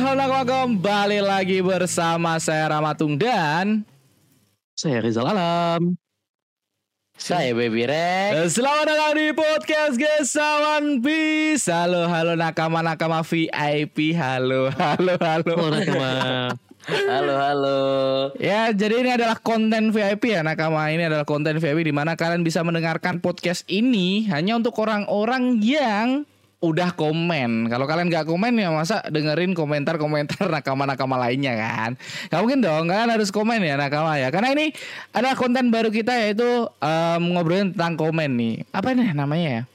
halo kembali lagi bersama saya Ramatung dan saya Rizal Alam. Saya Baby Rex. Selamat datang di podcast Gesawan Peace. Halo nakama-nakama VIP. Halo nakama. Halo. Ya, jadi ini adalah konten VIP ya nakama. Ini adalah konten VIP di mana kalian bisa mendengarkan podcast ini hanya untuk orang-orang yang udah komen. Kalau kalian gak komen ya masa dengerin komentar-komentar nakama-nakama lainnya kan. Gak mungkin dong, kalian harus komen ya nakama ya. Karena ini ada konten baru kita yaitu ngobrolin tentang komen nih. Apa ini namanya ya?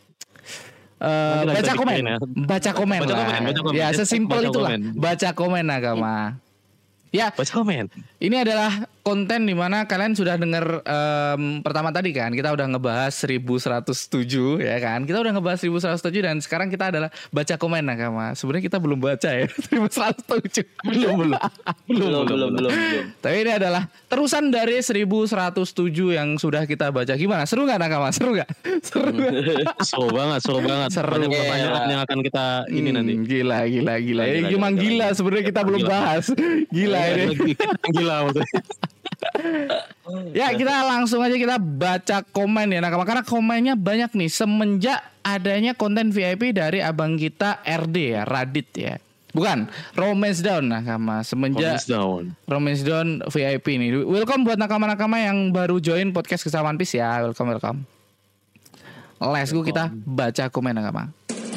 Baca komen. Ya sesimpel itulah. Baca komen nakama. Ya, baca komen. Ini adalah konten di mana kalian sudah dengar pertama tadi kan kita udah ngebahas 1107 ya kan. Kita udah ngebahas 1107 dan sekarang kita adalah baca komen nakama. Sebenarnya kita belum baca ya 1107. Belum. Tapi ini adalah terusan dari 1107 yang sudah kita baca. Gimana? Seru enggak nakama? Seru enggak? Seru banget. Banyak pertanyaan yang akan kita ini nanti. Gila. Gila. Sebenarnya kita belum bahas. Gila ini. Gila maksudnya. Ya kita langsung aja kita baca komen ya nakama. Karena komennya banyak nih semenjak adanya konten VIP dari abang kita RD ya, Radit ya. Bukan, Romance Down nakama. Semenjak Romance Down VIP nih. Welcome buat nakama-nakama yang baru join podcast Kesamaan Peace ya. Welcome. Let's go kita baca komen nakama.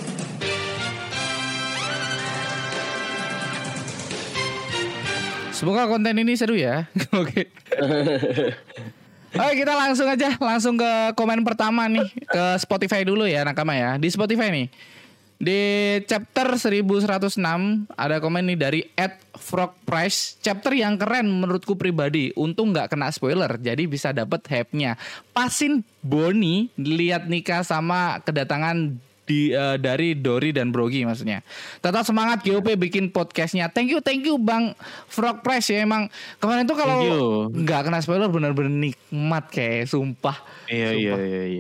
Semoga konten ini seru ya. Oke. Oke, kita langsung ke komen pertama nih. Ke Spotify dulu ya nakama ya. Di Spotify nih. Di chapter 1106 ada komen nih dari @frogprice. Chapter yang keren menurutku pribadi. Untung gak kena spoiler, jadi bisa dapet hype-nya. Pasin Boni lihat nikah sama kedatangan dari Dori dan Brogi maksudnya. Tetap semangat GOP bikin podcastnya. Thank you Bang Frog Price ya. Emang kemarin tuh kalau nggak kena spoiler benar-benar nikmat kayak sumpah. Iya.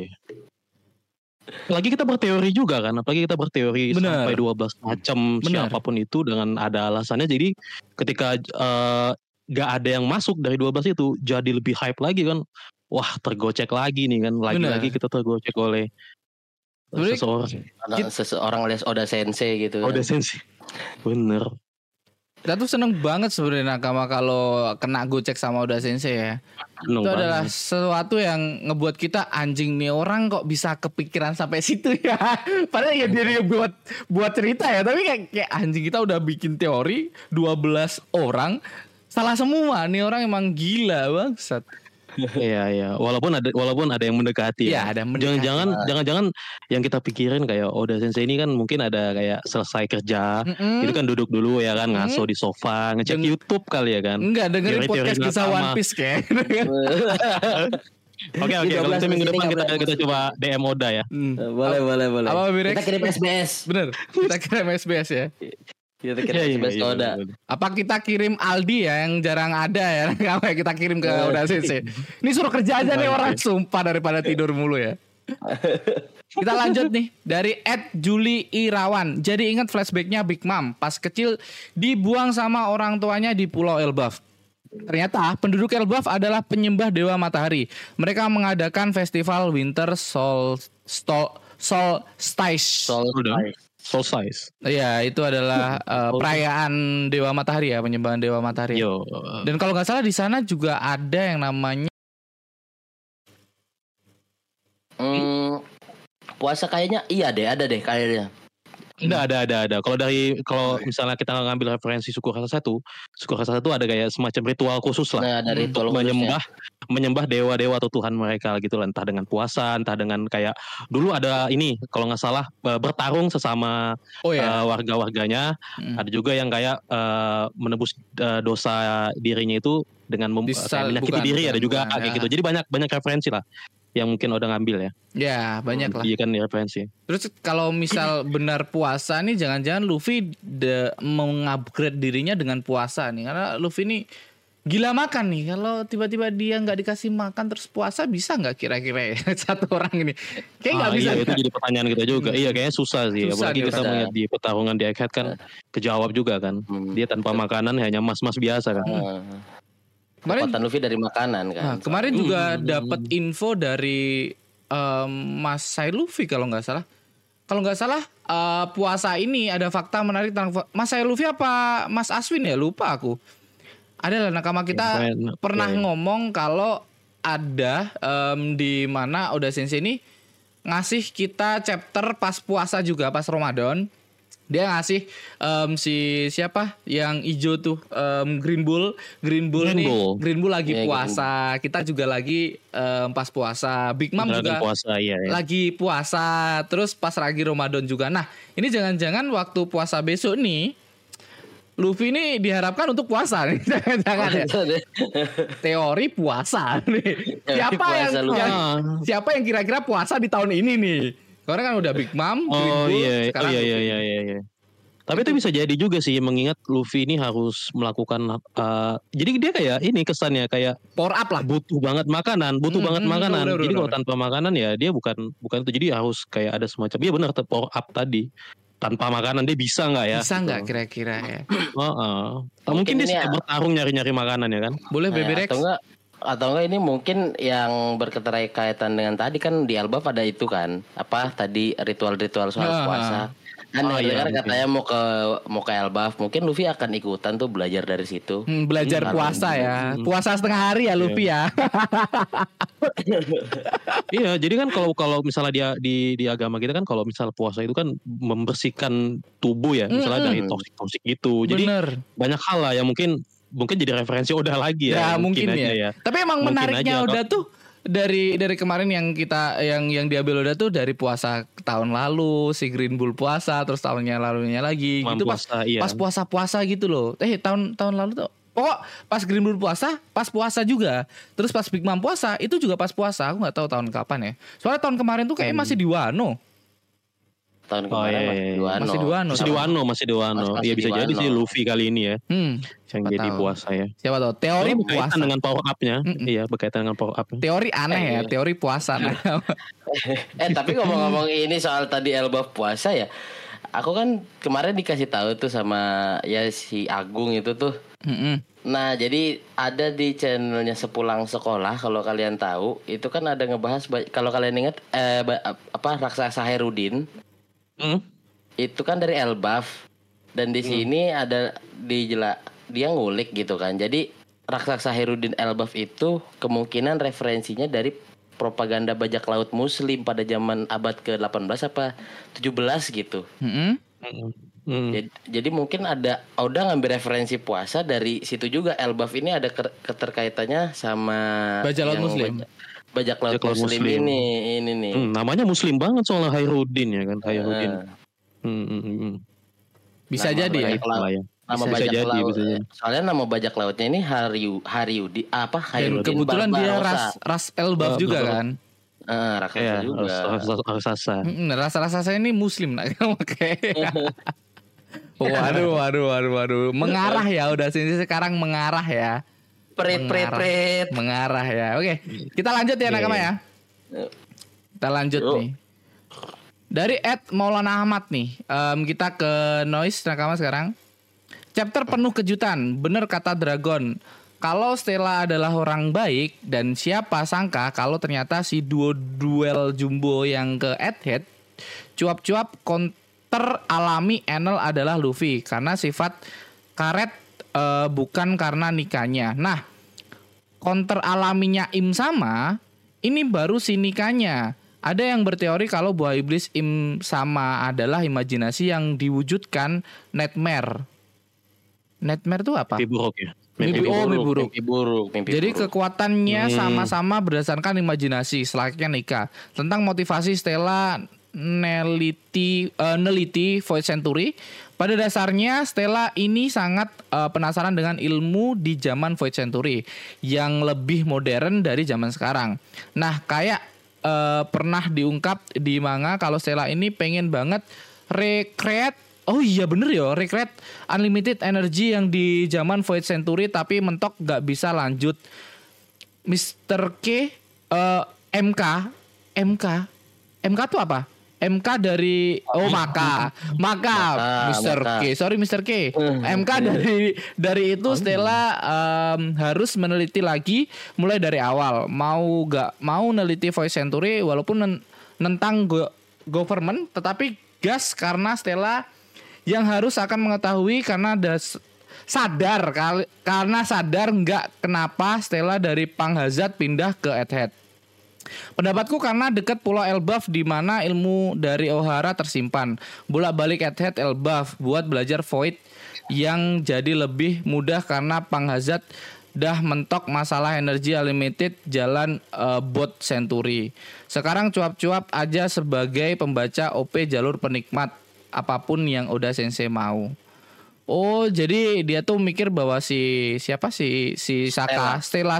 Lagi kita berteori juga kan. Apalagi kita berteori sampai 12 macam siapapun itu dengan ada alasannya. Jadi ketika nggak ada yang masuk dari 12 itu jadi lebih hype lagi kan. Wah tergocek lagi nih kan. Lagi-lagi kita tergocek oleh seseorang alias Oda Sensei gitu. Oda Sensei. Bener. Kita tuh seneng banget sebenarnya nakama kalau kena gocek sama Oda Sensei ya. Itu adalah sesuatu yang ngebuat kita anjing nih orang kok bisa kepikiran sampai situ ya. Padahal ya dia buat cerita ya, tapi kayak anjing kita udah bikin teori 12 orang salah semua. Nih orang emang gila bangsat. Iya. Walaupun ada yang mendekati. Iya, ada yang mendekati. Jangan yang kita pikirin kayak Oda Sensei ini kan mungkin ada kayak selesai kerja, itu kan duduk dulu ya kan, ngaso di sofa, ngecek YouTube kali ya kan. Enggak, dengerin podcast kisah One Piece kayak. Oke. Kalau itu minggu depan kita coba DM Oda ya. Boleh. Apa kita kirim SBS. Bener. Kita kirim SBS ya. Kita kirim SBS ke Oda. Apa kita kirim Aldi ya yang jarang ada ya? Apa kita kirim ke Oda Sensei? Ini suruh kerja aja nih orang sumpah daripada tidur mulu ya. Kita lanjut nih dari @Juli Irawan. Jadi ingat flashbacknya Big Mom pas kecil dibuang sama orang tuanya di Pulau Elbaf. Ternyata penduduk Elbaf adalah penyembah dewa matahari. Mereka mengadakan festival Winter Solstice. Iya, itu adalah perayaan dewa matahari ya, penyembahan dewa matahari. Dan kalau nggak salah di sana juga ada yang namanya puasa kayaknya ada deh kayaknya. Ada. Kalau misalnya kita ngambil referensi suku rasa satu ada kayak semacam ritual khusus lah. Nah, ada ritual menyembah dewa-dewa atau Tuhan mereka gitu lah, entah dengan puasa, entah dengan kayak dulu ada ini kalau nggak salah bertarung sesama warga-warganya. Ada juga yang kayak menebus dosa dirinya itu dengan menyakiti diri. Ada juga kayak gitu. Jadi banyak referensi lah yang mungkin udah ngambil ya. Ya banyak lah. Iya kan referensi. Terus kalau misal benar puasa nih, jangan-jangan Luffy mengupgrade dirinya dengan puasa nih, karena Luffy ini gila makan nih. Kalau tiba-tiba dia nggak dikasih makan terus puasa, bisa nggak kira-kira ya satu orang ini? Kayak nggak bisa. Iya, itu jadi pertanyaan kita juga. Iya, kayaknya susah sih. Susah Apalagi kita melihat di pertarungan di Egghead kan kejawab juga kan. Dia tanpa makanan hanya mas-mas biasa kan. Kekuatan Luffy dari makanan kan. Nah, kemarin juga dapat info dari Mas Sai Luffy kalau nggak salah. Kalau nggak salah puasa ini ada fakta menarik tentang Mas Sai Luffy apa Mas Aswin ya, lupa aku. Adalah nakama kita pernah ngomong kalau ada di mana Oda Sensei ini ngasih kita chapter pas puasa juga, pas Ramadan. Dia ngasih si siapa yang hijau tuh, Green Bull lagi puasa. Kita juga lagi pas puasa. Big Mom juga puasa, iya. Lagi puasa. Terus pas lagi Ramadan juga. Nah, ini jangan-jangan waktu puasa besok nih Luffy ini diharapkan untuk puasa nih. Jangan ya. Teori puasa nih. Siapa yang kira-kira puasa di tahun ini nih? Karena kan udah Big Mom, iya. Tapi itu bisa jadi juga sih, mengingat Luffy ini harus melakukan jadi dia kayak ini kesannya kayak power up lah, butuh banget makanan. Jadi kalau tanpa makanan ya dia bukan itu. Jadi harus kayak ada semacam, iya benar, power up tadi. Tanpa makanan dia bisa nggak ya? Bisa nggak kira-kira ya? Mungkin dia suka bertarung nyari-nyari makanan ya kan? Boleh Baby Rex. Atau enggak ini mungkin yang berkaitan dengan tadi kan di Elbaf ada itu kan, apa tadi ritual-ritual soal puasa. Kan katanya mau ke Elbaf, mungkin Luffy akan ikutan tuh belajar dari situ. Belajar puasa ya. Puasa setengah hari ya Luffy ya. Iya, jadi kan kalau misalnya dia di agama kita kan kalau misal puasa itu kan membersihkan tubuh ya, misalnya dari toksik gitu. Jadi banyak hal lah yang mungkin jadi referensi Oda lagi ya. Mungkin ya. Tapi emang mungkin menariknya Oda tuh dari kemarin yang kita yang diambil Oda tuh dari puasa tahun lalu, si Green Bull puasa, terus tahunnya lalunya lagi gitu pas puasa gitu loh. Tahun lalu tuh pas Green Bull puasa, pas puasa juga. Terus pas Big Mom puasa, itu juga pas puasa. Aku nggak tahu tahun kapan ya. Soalnya tahun kemarin tuh kayaknya masih di Wano. Tahun kemarin masih di Wano. Iya bisa jadi sih Luffy kali ini ya. Yang jadi puasa ya. Siapa tahu teori puasa dengan power up-nya. Iya, berkaitan dengan power up. Teori aneh ya, teori puasa. Tapi ngomong-ngomong ini soal tadi Elbaf puasa ya. Aku kan kemarin dikasih tahu tuh sama ya si Agung itu tuh. Nah, jadi ada di channelnya Sepulang Sekolah, kalau kalian tahu, itu kan ada ngebahas, kalau kalian ingat raksasa Herudin. Itu kan dari Elbaf, dan di sini ada dia ngulik gitu kan. Jadi raksasa Herudin Elbaf itu kemungkinan referensinya dari propaganda bajak laut Muslim pada zaman abad ke-18 apa 17 gitu. Jadi mungkin ada Oda ngambil referensi puasa dari situ juga. Elbaf ini ada keterkaitannya sama bajak laut Muslim. Bajak laut Muslim ini nih. Namanya Muslim banget soalnya Hairudin ya kan, Hairudin. Bisa jadi ya. Nama bajak laut. Soalnya nama bajak lautnya ini Haryudi apa Hairudin. Kebetulan dia ras Elbaf juga kan. Raksasa juga. Raksasa ini Muslim nak. Oke. Waduh. Mengarah ya, udah sini sekarang mengarah ya. Pret. Mengarah ya. Oke, kita lanjut ya nakama ya. Kita lanjut nih. Dari Maulana Ahmad nih. Kita ke Noise nakama sekarang. Chapter penuh kejutan. Bener kata Dragon. Kalau Stella adalah orang baik, dan siapa sangka kalau ternyata si duel Jumbo yang ke Egghead, cuap-cuap counter alami Enel adalah Luffy karena sifat karet. Bukan karena nikahnya. Nah, counter alaminya Im sama, ini baru si nikahnya. Ada yang berteori kalau buah iblis Im sama adalah imajinasi yang diwujudkan Nightmare. Nightmare itu apa? Mimpi buruk ya. Mimpi buruk. Jadi buruk. Kekuatannya sama-sama berdasarkan imajinasi, selayaknya nikah. Tentang motivasi Stella neliti Void Century. Pada dasarnya Stella ini sangat penasaran dengan ilmu di zaman Void Century yang lebih modern dari zaman sekarang. Nah, kayak pernah diungkap di manga kalau Stella ini pengen banget recreate Oh iya bener ya, recreate unlimited energy yang di zaman Void Century tapi mentok gak bisa lanjut. Mr. K MK tuh apa? MK dari Maka Mr. K. Sorry Mr. K. MK dari itu Stella harus meneliti lagi mulai dari awal. Mau gak mau neliti Void Century walaupun nentang government, tetapi gas karena Stella yang harus akan mengetahui karena sadar nggak kenapa Stella dari Panghazard pindah ke Egghead. Pendapatku karena dekat Pulau Elbaf di mana ilmu dari O'Hara tersimpan. Bolak-balik Egghead Elbaf buat belajar Void yang jadi lebih mudah karena Panghazard dah mentok masalah energi unlimited jalan bot Century. Sekarang cuap-cuap aja sebagai pembaca OP jalur penikmat apapun yang udah sensei mau. Oh, jadi dia tuh mikir bahwa si Saka Stella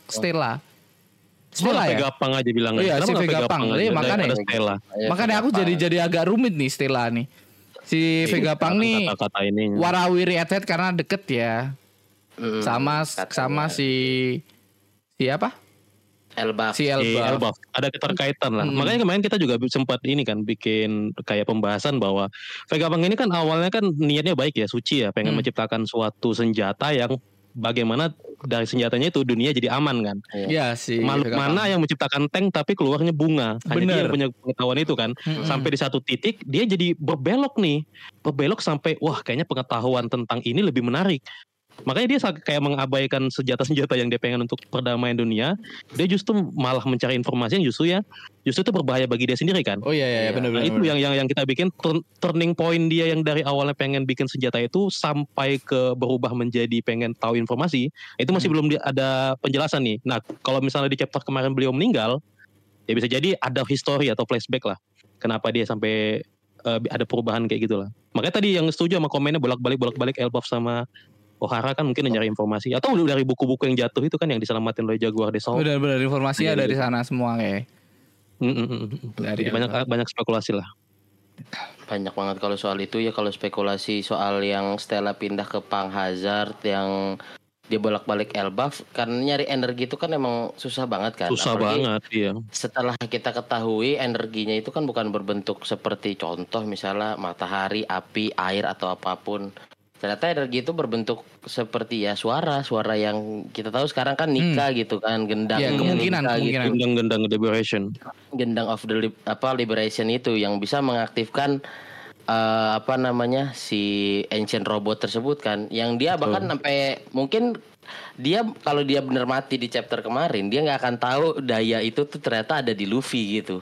ya. Vegapunk aja bilangnya. Iya, si Vegapunk. Iya, makanya aku jadi agak rumit nih Stella nih. Si Vegapunk nih warawiri Egghead karena deket ya. Sama si apa? Elbaf. Elbaf. Ada keterkaitan lah. Makanya kemarin kita juga sempat ini kan bikin kayak pembahasan bahwa Vegapunk ini kan awalnya kan niatnya baik ya, suci ya, pengen menciptakan suatu senjata yang bagaimana dari senjatanya itu dunia jadi aman kan. Iya sih. Makhluk mana yang menciptakan tank tapi keluarnya bunga. Hanya dia yang punya pengetahuan itu kan. Sampai di satu titik dia jadi berbelok sampai wah kayaknya pengetahuan tentang ini lebih menarik. Makanya dia kayak mengabaikan senjata-senjata yang dia pengen untuk perdamaian dunia. Dia justru malah mencari informasi yang justru itu berbahaya bagi dia sendiri kan. Oh iya benar-benar. Itu yang kita bikin turning point dia yang dari awalnya pengen bikin senjata itu sampai ke berubah menjadi pengen tahu informasi. Itu masih belum ada penjelasan nih. Nah, kalau misalnya di chapter kemarin beliau meninggal, ya bisa jadi ada history atau flashback lah. Kenapa dia sampai ada perubahan kayak gitulah. Makanya tadi yang setuju sama komennya bolak-balik Elbaf sama O'Hara kan mungkin nyari informasi atau dari buku-buku yang jatuh itu kan yang diselamatin oleh Jaguar de Sol. Benar-benar informasinya dari sana semua kayak. Dari banyak spekulasi lah. Banyak banget kalau soal itu ya, kalau spekulasi soal yang Stella pindah ke Panghazard yang dia bolak-balik Elbaf karena nyari energi itu kan emang susah banget kan. Susah banget iya. Setelah kita ketahui energinya itu kan bukan berbentuk seperti contoh misalnya matahari, api, air atau apapun. Ternyata energi itu berbentuk seperti ya suara yang kita tahu sekarang kan Nika gitu kan, gendang ya, kemungkinan gitu. Gendang liberation. Gendang of the liberation itu yang bisa mengaktifkan si ancient robot tersebut kan, yang dia bahkan sampai mungkin dia kalau dia benar mati di chapter kemarin dia nggak akan tahu daya itu tuh ternyata ada di Luffy gitu.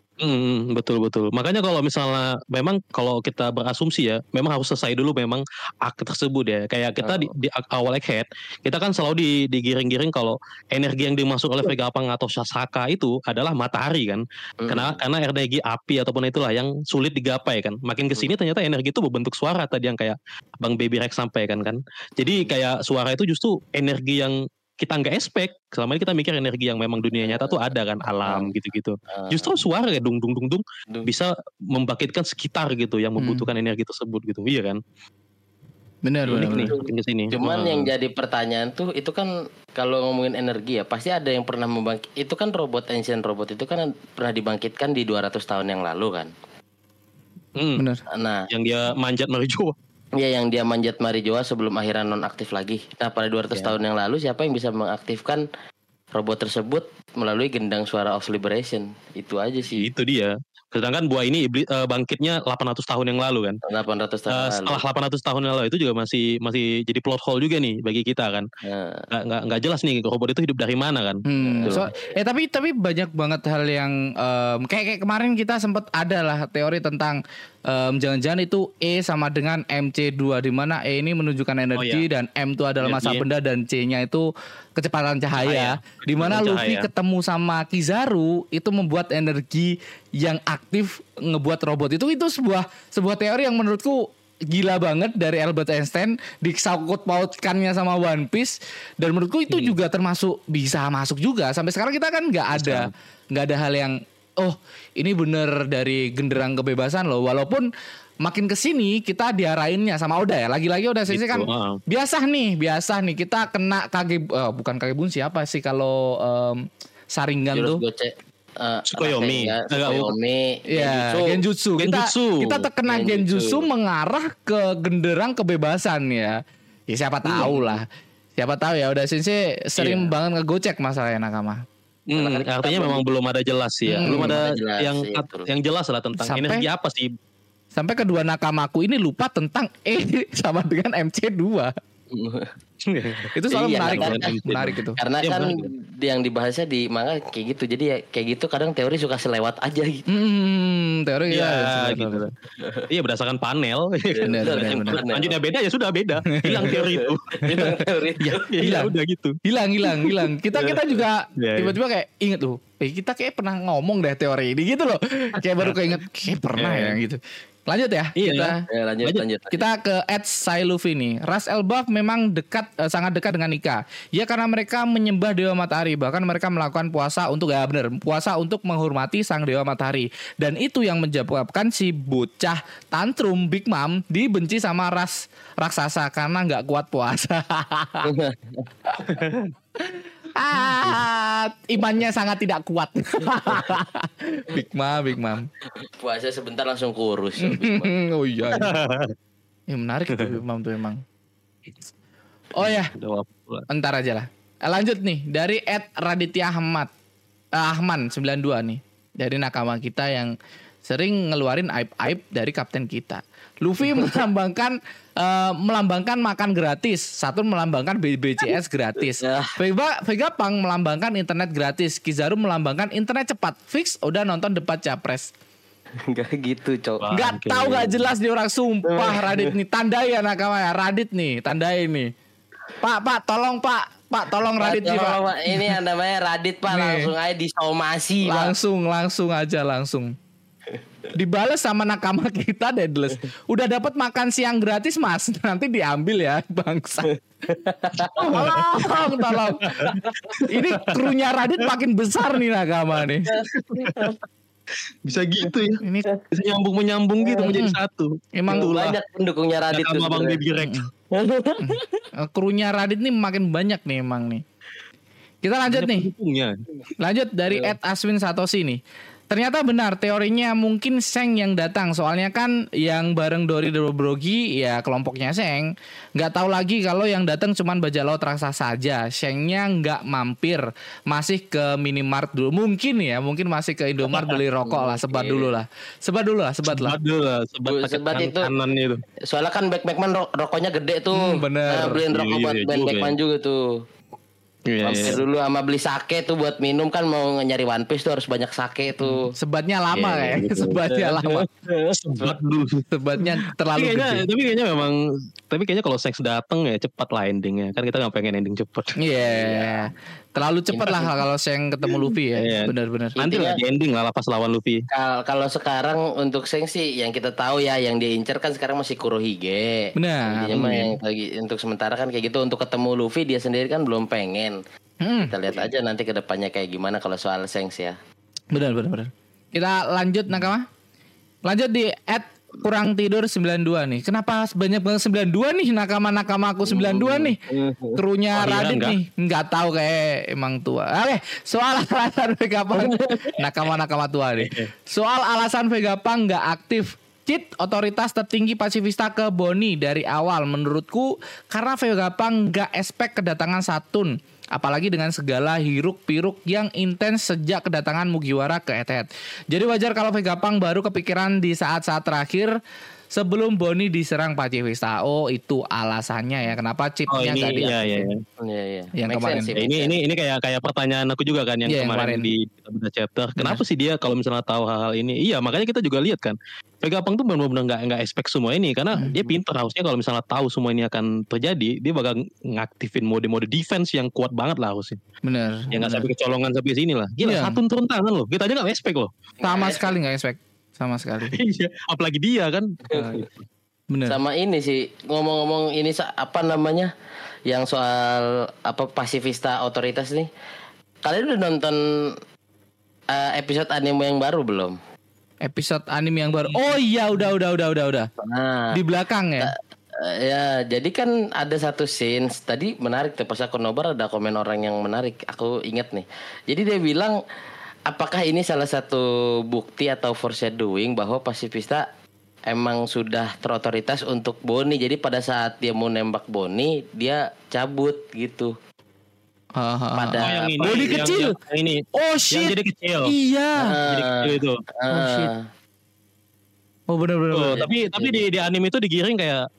Betul. Makanya kalau misalnya memang kalau kita berasumsi ya, memang harus selesai dulu memang arc tersebut ya. Kayak kita di awal Egghead, kita kan selalu digiring-giring kalau energi yang dimaksud oleh Vegapunk atau Sasaka itu adalah matahari kan. Karena energi api ataupun itulah yang sulit digapai kan. Makin kesini ternyata energi itu berbentuk suara tadi yang kayak Bang Baby Rex sampaikan kan. Jadi kayak suara itu justru energi yang kita nggak expect. Selama ini kita mikir energi yang memang dunia nyata tuh ada kan, alam gitu-gitu. Justru suara kayak dung bisa membangkitkan sekitar gitu yang membutuhkan energi tersebut gitu. Iya kan? Benar. Cuman yang jadi pertanyaan tuh itu kan kalau ngomongin energi ya pasti ada yang pernah membangkit. Itu kan ancient robot itu kan pernah dibangkitkan di 200 tahun yang lalu kan. Benar. Nah, yang dia manjat Marijoa. Iya, yang dia manjat Marijoa sebelum akhirnya nonaktif lagi. Nah, pada 200 tahun yang lalu siapa yang bisa mengaktifkan robot tersebut melalui gendang suara of liberation? Itu aja sih. Itu dia. Sedangkan buah ini bangkitnya 800 tahun yang lalu kan. 800 tahun lalu. Setelah 800 tahun yang lalu itu juga masih jadi plot hole juga nih bagi kita kan. Nggak jelas nih robot itu hidup dari mana kan. Tapi banyak banget hal yang kayak kemarin kita sempat ada lah teori tentang jangan-jangan itu E sama dengan MC2 di mana E ini menunjukkan energi dan M itu adalah massa benda dan C-nya itu kecepatan cahaya. Di mana Luffy ketemu sama Kizaru itu membuat energi yang aktif ngebuat robot itu sebuah teori yang menurutku gila banget dari Albert Einstein, disangkut pautkannya sama One Piece, dan menurutku itu juga termasuk bisa masuk juga. Sampai sekarang kita kan nggak ada hal yang ini bener dari genderang kebebasan loh. Walaupun makin kesini kita diarahinnya sama Oda ya. Lagi-lagi Oda Sensei kan biasa nih kita kena bukan Kagebunshi apa sih kalau Sharingan tuh. Tsukuyomi. Ya, Genjutsu. Kita terkena Genjutsu mengarah ke genderang kebebasan ya. Ya siapa tahu lah. Siapa tahu ya Oda Sensei sering banget ngegocek masalahnya Nakama. Artinya memang belum ada jelas sih ya. Belum ada yang jelas lah tentang energi apa sih. Sampai kedua nakamaku ini lupa tentang sama dengan MC2. Itu soal menarik itu. Karena kan yang dibahasnya di manga kayak gitu. Jadi ya kayak gitu kadang teori suka selewat aja gitu. Teori ya gitu. Iya berdasarkan panel. Lanjutnya beda ya sudah beda. Hilang teori itu. Hilang udah gitu. Hilang. Kita juga tiba-tiba kayak inget tuh. Kita kayak pernah ngomong deh teori ini gitu loh. Kayak baru keinget kayak pernah ya gitu. Lanjut ya. Lanjut. Kita ke @Sailufi nih. Ras Elbaf memang sangat dekat dengan Nika. Ya karena mereka menyembah Dewa Matahari, bahkan mereka melakukan puasa untuk menghormati sang Dewa Matahari. Dan itu yang menyebabkan si bocah tantrum Big Mom dibenci sama ras raksasa karena nggak kuat puasa. Imannya sangat tidak kuat. Big Mom. Puasa sebentar langsung kurus. Oh iya. Menarik itu Big Mom tuh emang. Oh ya. Entar aja lah. Lanjut nih dari @Raditya Ahman 92 nih. Dari nakama kita yang sering ngeluarin aib-aib dari kapten kita. Luffy melambangkan makan gratis, Saturn melambangkan BBCS gratis, Vegapunk melambangkan internet gratis, Kizaru melambangkan internet cepat. Fix udah nonton debat capres. Enggak gitu, Cok. Enggak tahu enggak jelas dia orang sumpah. Radit nih tandai ya nakama ya. Radit nih tandai nih. Pak tolong Radit nih Pak. Ini namanya Radit Pak, langsung aja disomasi. Langsung aja. Dibales sama nakama kita Deadless. Udah dapat makan siang gratis Mas. Nanti diambil ya bangsa. Tolong. Ini krunya Radit makin besar nih nakama nih. Bisa gitu ya. Ini bisa nyambung gitu menjadi satu. Emang banyak pendukungnya Radit tuh. Bang Baby Rex. Krunya Radit nih makin banyak nih emang nih. Kita lanjut nih. Lanjut dari @Aswin Satoshi nih. Ternyata benar teorinya mungkin Seng yang datang. Soalnya kan yang bareng Dori Dobrogi ya kelompoknya Seng. Gak tahu lagi kalau yang datang cuman bajak laut raksasa saja. Sengnya gak mampir. Masih ke minimart dulu. Mungkin masih ke Indomart beli rokok lah. Sebat lah. Sebat itu. Itu. Soalnya kan Backman rokoknya gede tuh. Bener. Beliin rokok buat Backman juga tuh. Mampir dulu sama beli sake tuh buat minum kan, mau nyari One Piece tuh harus banyak sake tuh. Sebatnya lama Sebatnya terlalu gede. Tapi kayaknya kalau seks dateng ya cepat lah endingnya. Kan kita nggak pengen ending cepet. Iya. Terlalu cepat lah kalau Seng ketemu Luffy ya. Benar-benar. Nanti lah di ending lah pas lawan Luffy. Kalau sekarang untuk Seng sih yang kita tahu ya, yang dia incer kan sekarang masih Kurohige. Benar. Yang untuk sementara kan kayak gitu. Untuk ketemu Luffy dia sendiri kan belum pengen. Kita lihat aja nanti ke depannya kayak gimana kalau soal Seng ya. Benar. Kita lanjut nakama. Lanjut di kurang tidur 92 nih. Kenapa banyak banget 92 nih nakama aku 92 nih. Krunya Radit nih. Enggak tahu kayak emang tua. Soal alasan Vegapunk nakama tua nih. Soal alasan Vegapunk enggak aktif cheat otoritas tertinggi pasifista ke Bonnie dari awal menurutku karena Vegapunk enggak expect kedatangan Saturn. Apalagi dengan segala hiruk-piruk yang intens sejak kedatangan Mugiwara ke Earthhead. Jadi wajar kalau Vegapunk baru kepikiran di saat-saat terakhir sebelum Bonnie diserang Pacifista. Oh, itu alasannya ya kenapa chipnya nggak diaktifin. Iya. Yang kemarin. Ini kayak pertanyaan aku juga kan yang kemarin di chapter. Kenapa sih dia kalau misalnya tahu hal-hal ini? Iya, makanya kita juga lihat kan. Vegapunk tuh benar-benar nggak expect semua ini karena dia pintar, harusnya kalau misalnya tahu semua ini akan terjadi, dia bakal ngaktifin mode-mode defense yang kuat banget lah harusnya. Benar. Yang nggak sampai kecolongan sampai sini lah. Gila, Saturn turun tangan loh. Kita aja nggak expect loh. Sama sekali nggak expect. Sama sekali. Iya, apalagi dia kan. Bener. Sama ini sih ngomong-ngomong ini apa namanya yang soal apa pasifista otoritas nih. Kalian udah nonton episode anime yang baru belum? Episode anime yang baru. Oh iya, udah. Nah, di belakang ya. Ya, jadi kan ada satu scene tadi menarik tuh, pas aku nobar ada komen orang yang menarik. Aku ingat nih. Jadi dia bilang, apakah ini salah satu bukti atau foreshadowing bahwa pasifista emang sudah terotoritas untuk Bonnie. Jadi pada saat dia mau nembak Bonnie, dia cabut gitu. Pada yang ini, Bonnie kecil. Yang ini. Oh shit. Yang jadi kecil. Iya. Jadi kecil itu. Oh shit. Oh benar. Tapi di anime itu digiring kayak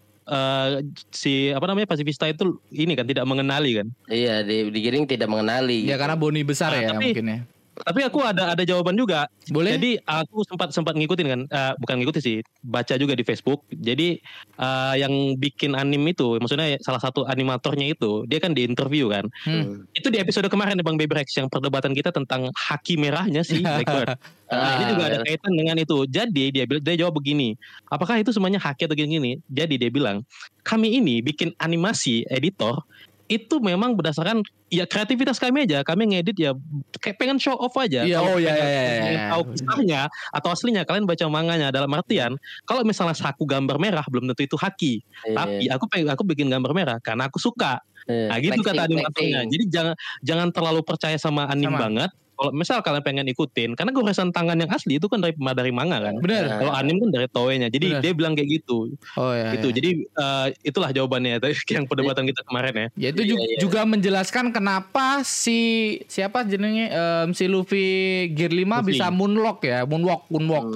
si pasifista itu ini kan tidak mengenali kan? Iya, digiring tidak mengenali. Ya karena Bonnie besar ya mungkin ya. Tapi aku ada jawaban juga. Boleh? Jadi aku sempat ngikutin kan, bukan ngikutin sih, baca juga di Facebook. Jadi yang bikin anime itu, maksudnya salah satu animatornya itu, dia kan di interview kan. Itu di episode kemarin Bang Bebrex yang perdebatan kita tentang haki merahnya sih Blackbird. Ini juga ada kaitan dengan itu. Jadi dia jawab begini, apakah itu semuanya haki atau gini? Jadi dia bilang, kami ini bikin animasi editor itu memang berdasarkan ya kreativitas kami aja. Kami ngedit ya kayak pengen show off aja. Iya, tahu kisahnya atau aslinya kalian baca manganya, dalam artian kalau misalnya saku gambar merah belum tentu itu haki. Tapi aku bikin gambar merah karena aku suka. Nah gitu kata animatornya. Jadi jangan terlalu percaya sama anime banget. Kalau misal kalian pengen ikutin, karena goresan tangan yang asli itu kan dari manga kan. Benar. Kalau anime kan dari toei-nya. Jadi dia bilang kayak gitu. Oh iya. Gitu. Jadi itulah jawabannya yang perdebatan kita kemarin ya. Ya itu juga menjelaskan kenapa siapa jenenge si Luffy Gear 5 bisa moonwalk ya, moonwalk.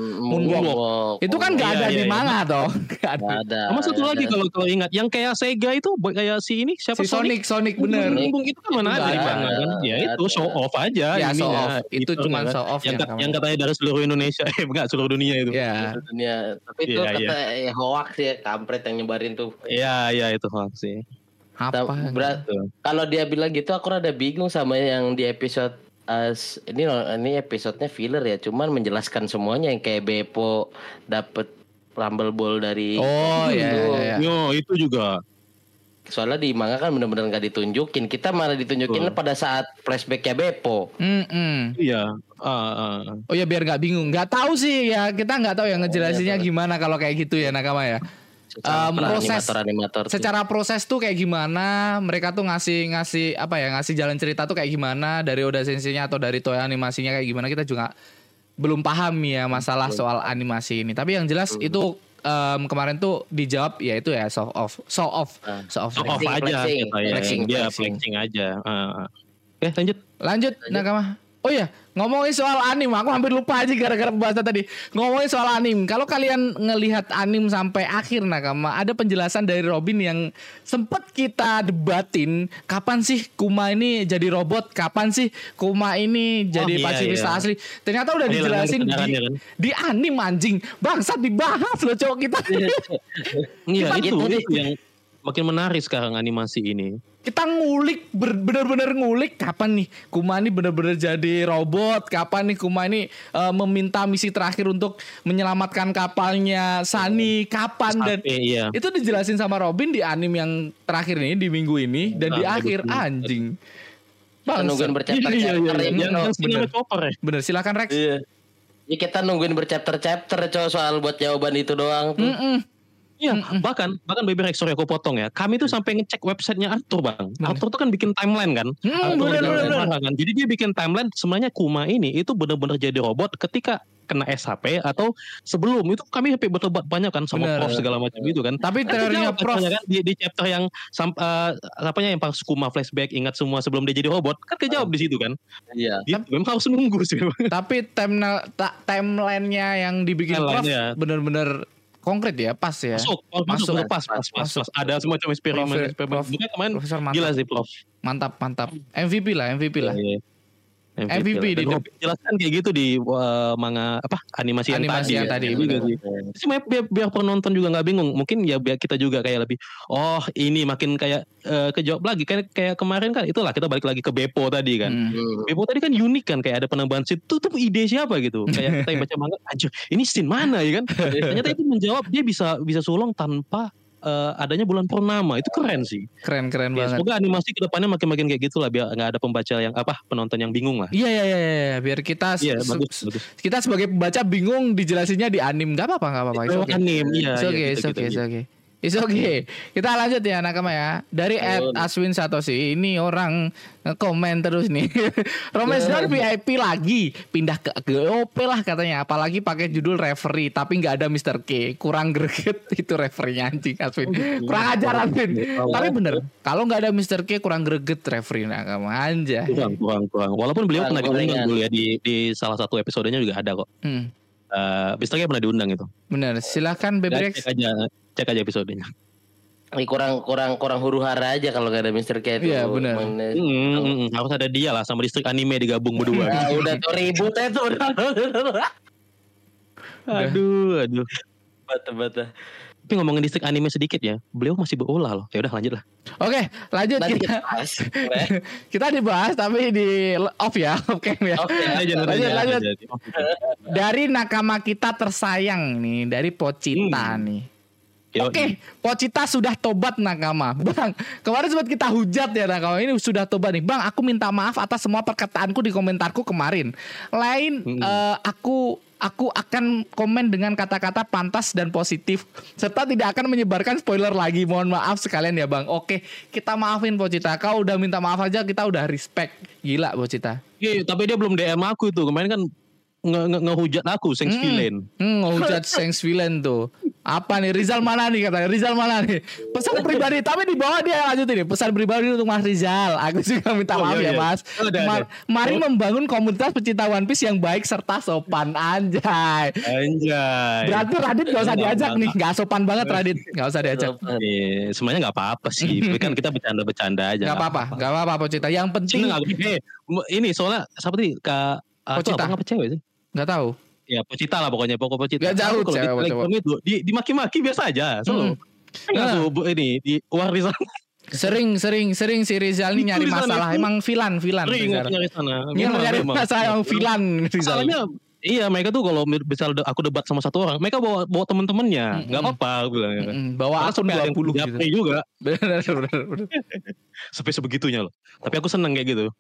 Itu kan enggak ada di manga toh. Enggak ada. Sama satu lagi kalau ingat yang kayak Sega itu kayak si ini siapa si Sonic bener. Itu kan mana ada di manga kan. Ya itu show off aja. Ya, itu cuma show off yang katanya dari seluruh Indonesia enggak seluruh dunia itu. Iya. Dunia. Tapi itu kata hoax ya, kampret yang nyebarin tuh. Iya itu hoax sih. Kalau dia bilang gitu aku rada bingung sama yang di episode ini episodenya filler ya, cuman menjelaskan semuanya yang kayak Beppo dapet Rumble Ball dari itu juga. Soalnya di manga kan benar-benar nggak ditunjukin, kita malah ditunjukin pada saat flashbacknya Beppo. Iya. Oh ya biar nggak bingung, nggak tahu sih ya, kita nggak tahu ya ngejelasinnya gimana kalau kayak gitu ya nakama ya. Secara proses tuh kayak gimana, mereka tuh ngasih ngasih jalan cerita tuh kayak gimana dari Oda Sensei-nya atau dari Toei animasinya kayak gimana, kita juga belum paham ya masalah soal animasi ini. Tapi yang jelas itu kemarin tuh dijawab ya itu ya show off aja flexing aja. Lanjut nakama. Oh iya, ngomongin soal anime, aku hampir lupa aja gara-gara pembahasan tadi. Ngomongin soal anime, kalau kalian ngelihat anime sampai akhir nakama, ada penjelasan dari Robin yang sempat kita debatin, kapan sih Kuma ini jadi robot, kapan sih Kuma ini jadi pasifista asli. Ternyata udah dijelasin di anime anjing. Bangsat dibahas loh cowok kita. Iya, itu yang makin menarik sekarang animasi ini. Kita ngulik, bener-bener ngulik kapan nih Kuma ini bener-bener jadi robot, kapan nih Kuma ini meminta misi terakhir untuk menyelamatkan kapalnya Sunny, kapan dan itu dijelasin sama Robin di anime yang terakhir ini di minggu ini dan di akhir anjing. Kita nungguin berchapter-chapter bener, silakan Rex. Iya. Ya kita nungguin berchapter-chapter soal buat jawaban itu doang tuh. Iya, bahkan Baby Rex, sorry aku potong ya. Kami tuh sampai ngecek websitenya Arthur, Bang. Arthur tuh kan bikin timeline kan. Bener. Jadi dia bikin timeline sebenarnya Kuma ini itu benar-benar jadi robot ketika kena SHP atau sebelum itu. Kami sampai berdebat banyak kan sama Prof segala macam gitu kan. Tapi teorinya Prof kan di chapter yang yang pas Kuma flashback ingat semua sebelum dia jadi robot kan kejawab di situ kan. Iya. Memang harus nunggu sih. Tapi timelinenya yang dibikin Prof benar-benar konkret ya, pas ya. Masuk. Ada semacam eksperimen. Bukan kemarin gila sih Prof. Mantap. MVP lah. MVP jelaskan kayak gitu di manga animasi yang tadi. Cuma biar penonton juga nggak bingung. Mungkin ya biar kita juga kayak lebih ini makin kayak kejawab lagi kayak kemarin kan itulah kita balik lagi ke Beppo tadi kan. Beppo tadi kan unik kan, kayak ada penambahan scene tuh ide siapa gitu. Kayak kita yang baca manga anjir ini scene mana ya kan. Ternyata itu menjawab dia bisa sulung tanpa adanya bulan purnama. Itu keren sih. Keren banget. Semoga animasi kedepannya makin kayak gitulah, biar nggak ada pembaca yang penonton yang bingung lah. Iya. Biar kita bagus. Kita sebagai pembaca bingung dijelasinnya di anim. Gak apa-apa. Anim, iya. It's okay. Kita lanjut ya nakama ya. Dari @Aswin Satoshi, ini orang komen terus nih. Romesdan VIP lagi, pindah ke GOP lah katanya. Apalagi pakai judul referee tapi nggak ada Mr. K. Kurang greget itu referee-nya anjing Aswin. Kurang ajar Aswin. Tapi bener, kalau nggak ada Mr. K kurang greget referee nakama anjay. Kurang. Walaupun beliau pernah diundang dulu ya di salah satu episodenya juga ada kok. Mr. K pernah diundang itu. Bener, silakan Bebrex. Cek aja episodenya. Ini kurang huru hara aja kalau gak ada Mr. K itu. Iya benar. Harus ada dia lah sama distrik anime digabung berdua. Udah tuh ribut itu. Aduh. Bata. Tapi ngomongin distrik anime sedikit ya, beliau masih berulah loh. Ya udah lanjut lah. Oke, lanjut kita. Kita dibahas tapi di off ya, oke ya. Lanjut. Dari nakama kita tersayang nih, dari Pochita nih. Oke, Pochita sudah tobat nakama. Bang, kemarin sempat kita hujat ya nakama. Ini sudah tobat nih. Bang, aku minta maaf atas semua perkataanku di komentarku kemarin. Aku akan komen dengan kata-kata pantas dan positif serta tidak akan menyebarkan spoiler lagi. Mohon maaf sekalian ya Bang. Oke, kita maafin Pochita. Kau udah minta maaf aja, kita udah respect. Gila Pochita. Iya, tapi dia belum DM aku tuh. Kemarin kan ngehujat aku Sengs Villain. Ngehujat Sengs Villain tuh. Apa nih Rizal mana nih katanya? Rizal mana nih? Pesan pribadi tapi di bawah dia lanjut ini. Pesan pribadi untuk Mas Rizal. Aku juga minta maaf ya Mas. Mari membangun komunitas pecinta One Piece yang baik serta sopan. Anjay. Berarti Radit gak usah diajak nih. Gak sopan banget Radit. Gak usah diajak. Sebenarnya gak apa-apa sih. Kan kita bercanda-bercanda aja. Gak apa-apa Pochita. Yang penting ini soalnya seperti Kak Pochita apa cewek sih? Gak tahu. Ya Pochita lah pokoknya, pokok Pochita. Gak jauh kalau itu dimaki-maki biasa aja. Ini di Rizal. Sering si Rizal ini nyari masalah. Emang villain. Sering nyari sana. Nyari masalah emang villain Rizal. Masalahnya iya, mereka tuh kalau misal aku debat sama satu orang, mereka bawa teman-temannya. Enggak apa-apa aku bilang. Bawa akun 20 gitu. Juga. Benar. Sampai sebegitunya loh. Tapi aku seneng kayak gitu.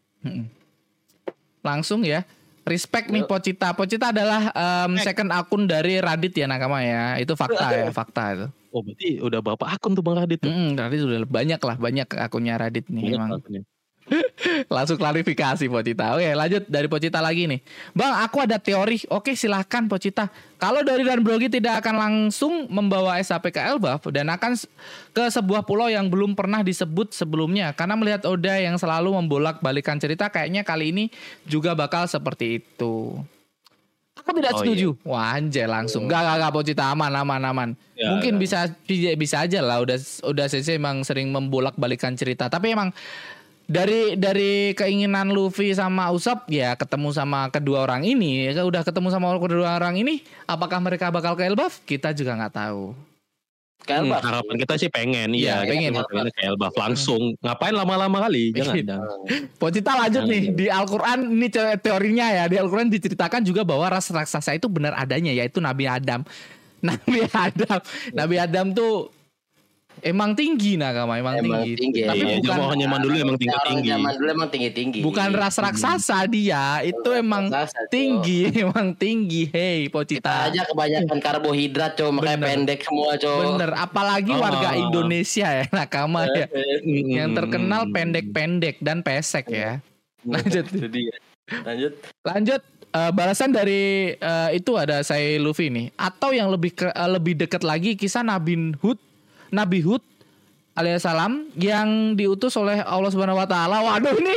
Langsung ya. Respect nih Pochita. Pochita adalah second akun dari Radit ya nakama ya. Itu fakta ya, fakta itu. Oh berarti udah berapa akun tuh Bang Radit tuh? Radit udah banyak akunnya Radit nih emang. Langsung klarifikasi Pochita. Oke lanjut dari Pochita lagi nih. Bang aku ada teori. Oke silahkan Pochita. Kalau Dory dan Brogy tidak akan langsung membawa SAP ke Elbaf dan akan ke sebuah pulau yang belum pernah disebut sebelumnya. Karena melihat Oda yang selalu membolak-balikan cerita, kayaknya kali ini juga bakal seperti itu. Aku tidak setuju. Iya. Wah anjay langsung. Gak Pochita aman. Ya, mungkin bisa aja lah. Udah Sensei emang sering membolak-balikan cerita. Tapi emang dari keinginan Luffy sama Usopp ya ketemu sama kedua orang ini, udah ketemu sama kedua orang ini, apakah mereka bakal ke Elbaf? Kita juga nggak tahu. Harapan kita sih pengen ke Elbaf langsung. Ngapain lama-lama kali? Jangan. Pochita lanjut nih di Al-Quran ini teorinya ya, di Al-Quran diceritakan juga bahwa ras raksasa itu benar adanya, yaitu Nabi Adam. Nabi Adam tuh emang tinggi nakama, emang tinggi. Tapi bukan zaman dulu emang tinggi. Bukan ras raksasa dia, itu emang tinggi, emang tinggi. Hey Pochita. Kita aja kebanyakan karbohidrat cow, makanya pendek semua cow. Bener, apalagi warga Indonesia ya nakama ya. Yang terkenal pendek-pendek dan pesek ya. Lanjut. Balasan dari itu ada saya Luffy nih. Atau yang lebih dekat lagi kisah Nabi Hud alaihissalam yang diutus oleh Allah Subhanahu wa taala. Waduh ini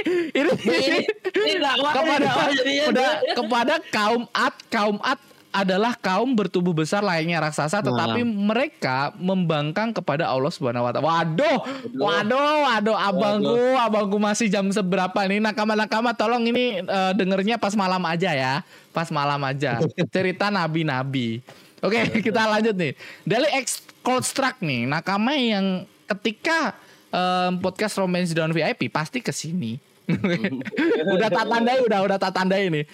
kepada kaum Ad adalah kaum bertubuh besar layaknya raksasa, tetapi mereka membangkang kepada Allah Subhanahu wa taala. Waduh, abangku masih jam seberapa nih? Nakama tolong ini dengernya pas malam aja ya. Pas malam aja. Cerita nabi-nabi. Oke, kita lanjut nih. Dari Coldstruck nih, nakama yang ketika podcast Romance Down VIP pasti kesini. udah tak tandai nih.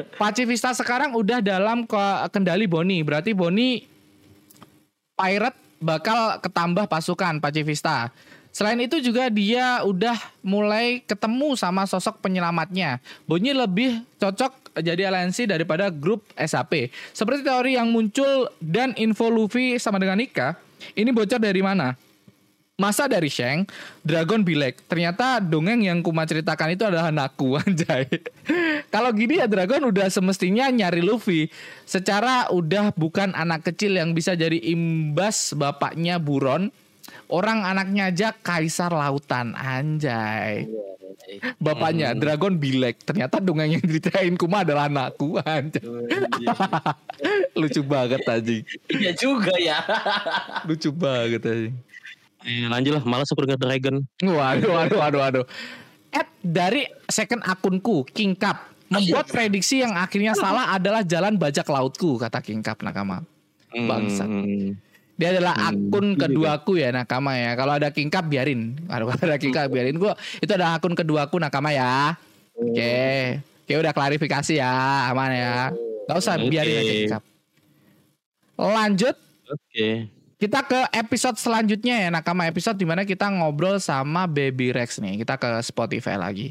Pacifista sekarang udah dalam kendali Bonnie. Berarti Bonnie pirate bakal ketambah pasukan Pacifista. Selain itu juga dia udah mulai ketemu sama sosok penyelamatnya. Bonnie lebih cocok jadi aliansi daripada grup SAP. Seperti teori yang muncul dan info Luffy sama dengan Nika, ini bocor dari mana? Masa dari Shanks, Dragon Bilek. Ternyata dongeng yang Kuma ceritakan itu adalah anakku, anjay. Kalau gini ya Dragon udah semestinya nyari Luffy. Secara udah bukan anak kecil yang bisa jadi imbas bapaknya buron. Orang anaknya aja kaisar lautan, anjay. Bapaknya Dragon Bilek. Ternyata dongeng yang diceritain Kuma adalah anakku, anjay. Lucu banget anjing. Iya juga ya. Lucu banget anjing. Lanjut lah, malas aku denger Dragon. Waduh. Dari second akunku King Cup membuat prediksi yang akhirnya salah adalah jalan bajak lautku, kata King Cup Nakama. Bangsat. Dia adalah akun keduaku ya Nakama ya. Kalau ada King Cup biarin. Kalau ada King Cup biarin. Gua itu ada akun keduaku Nakama ya. Oke, udah klarifikasi ya, aman ya. Gak usah biarin aja King Cup. Lanjut. Oke. Kita ke episode selanjutnya ya Nakama, episode dimana kita ngobrol sama Baby Rex nih. Kita ke Spotify lagi.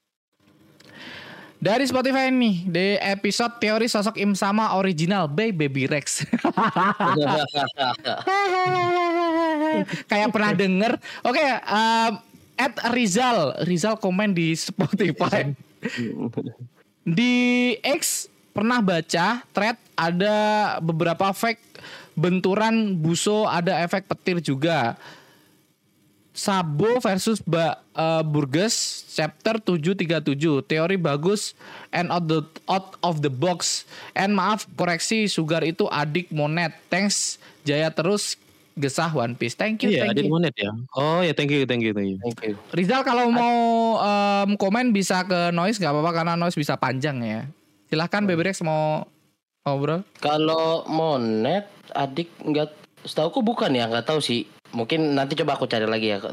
Dari Spotify nih, di episode teori sosok Im Sama original by Baby Rex. Kayak pernah denger. Oke, Rizal komen di Spotify. Di X pernah baca thread ada beberapa fake benturan buso, ada efek petir juga. Sabo versus Burgess chapter 737. Teori bagus and out of the box. And maaf koreksi, Sugar itu adik Monet. Thanks Jaya terus gesah One Piece. Thank you. Iya, adik Monet ya. Oh ya, thank you. Rizal kalau mau komen bisa ke Noise nggak apa-apa karena Noise bisa panjang ya. Silahkan Baby Rex mau ngobrol. Kalau Monet adik nggak, setauku bukan ya, nggak tahu sih. Mungkin nanti coba aku cari lagi ya.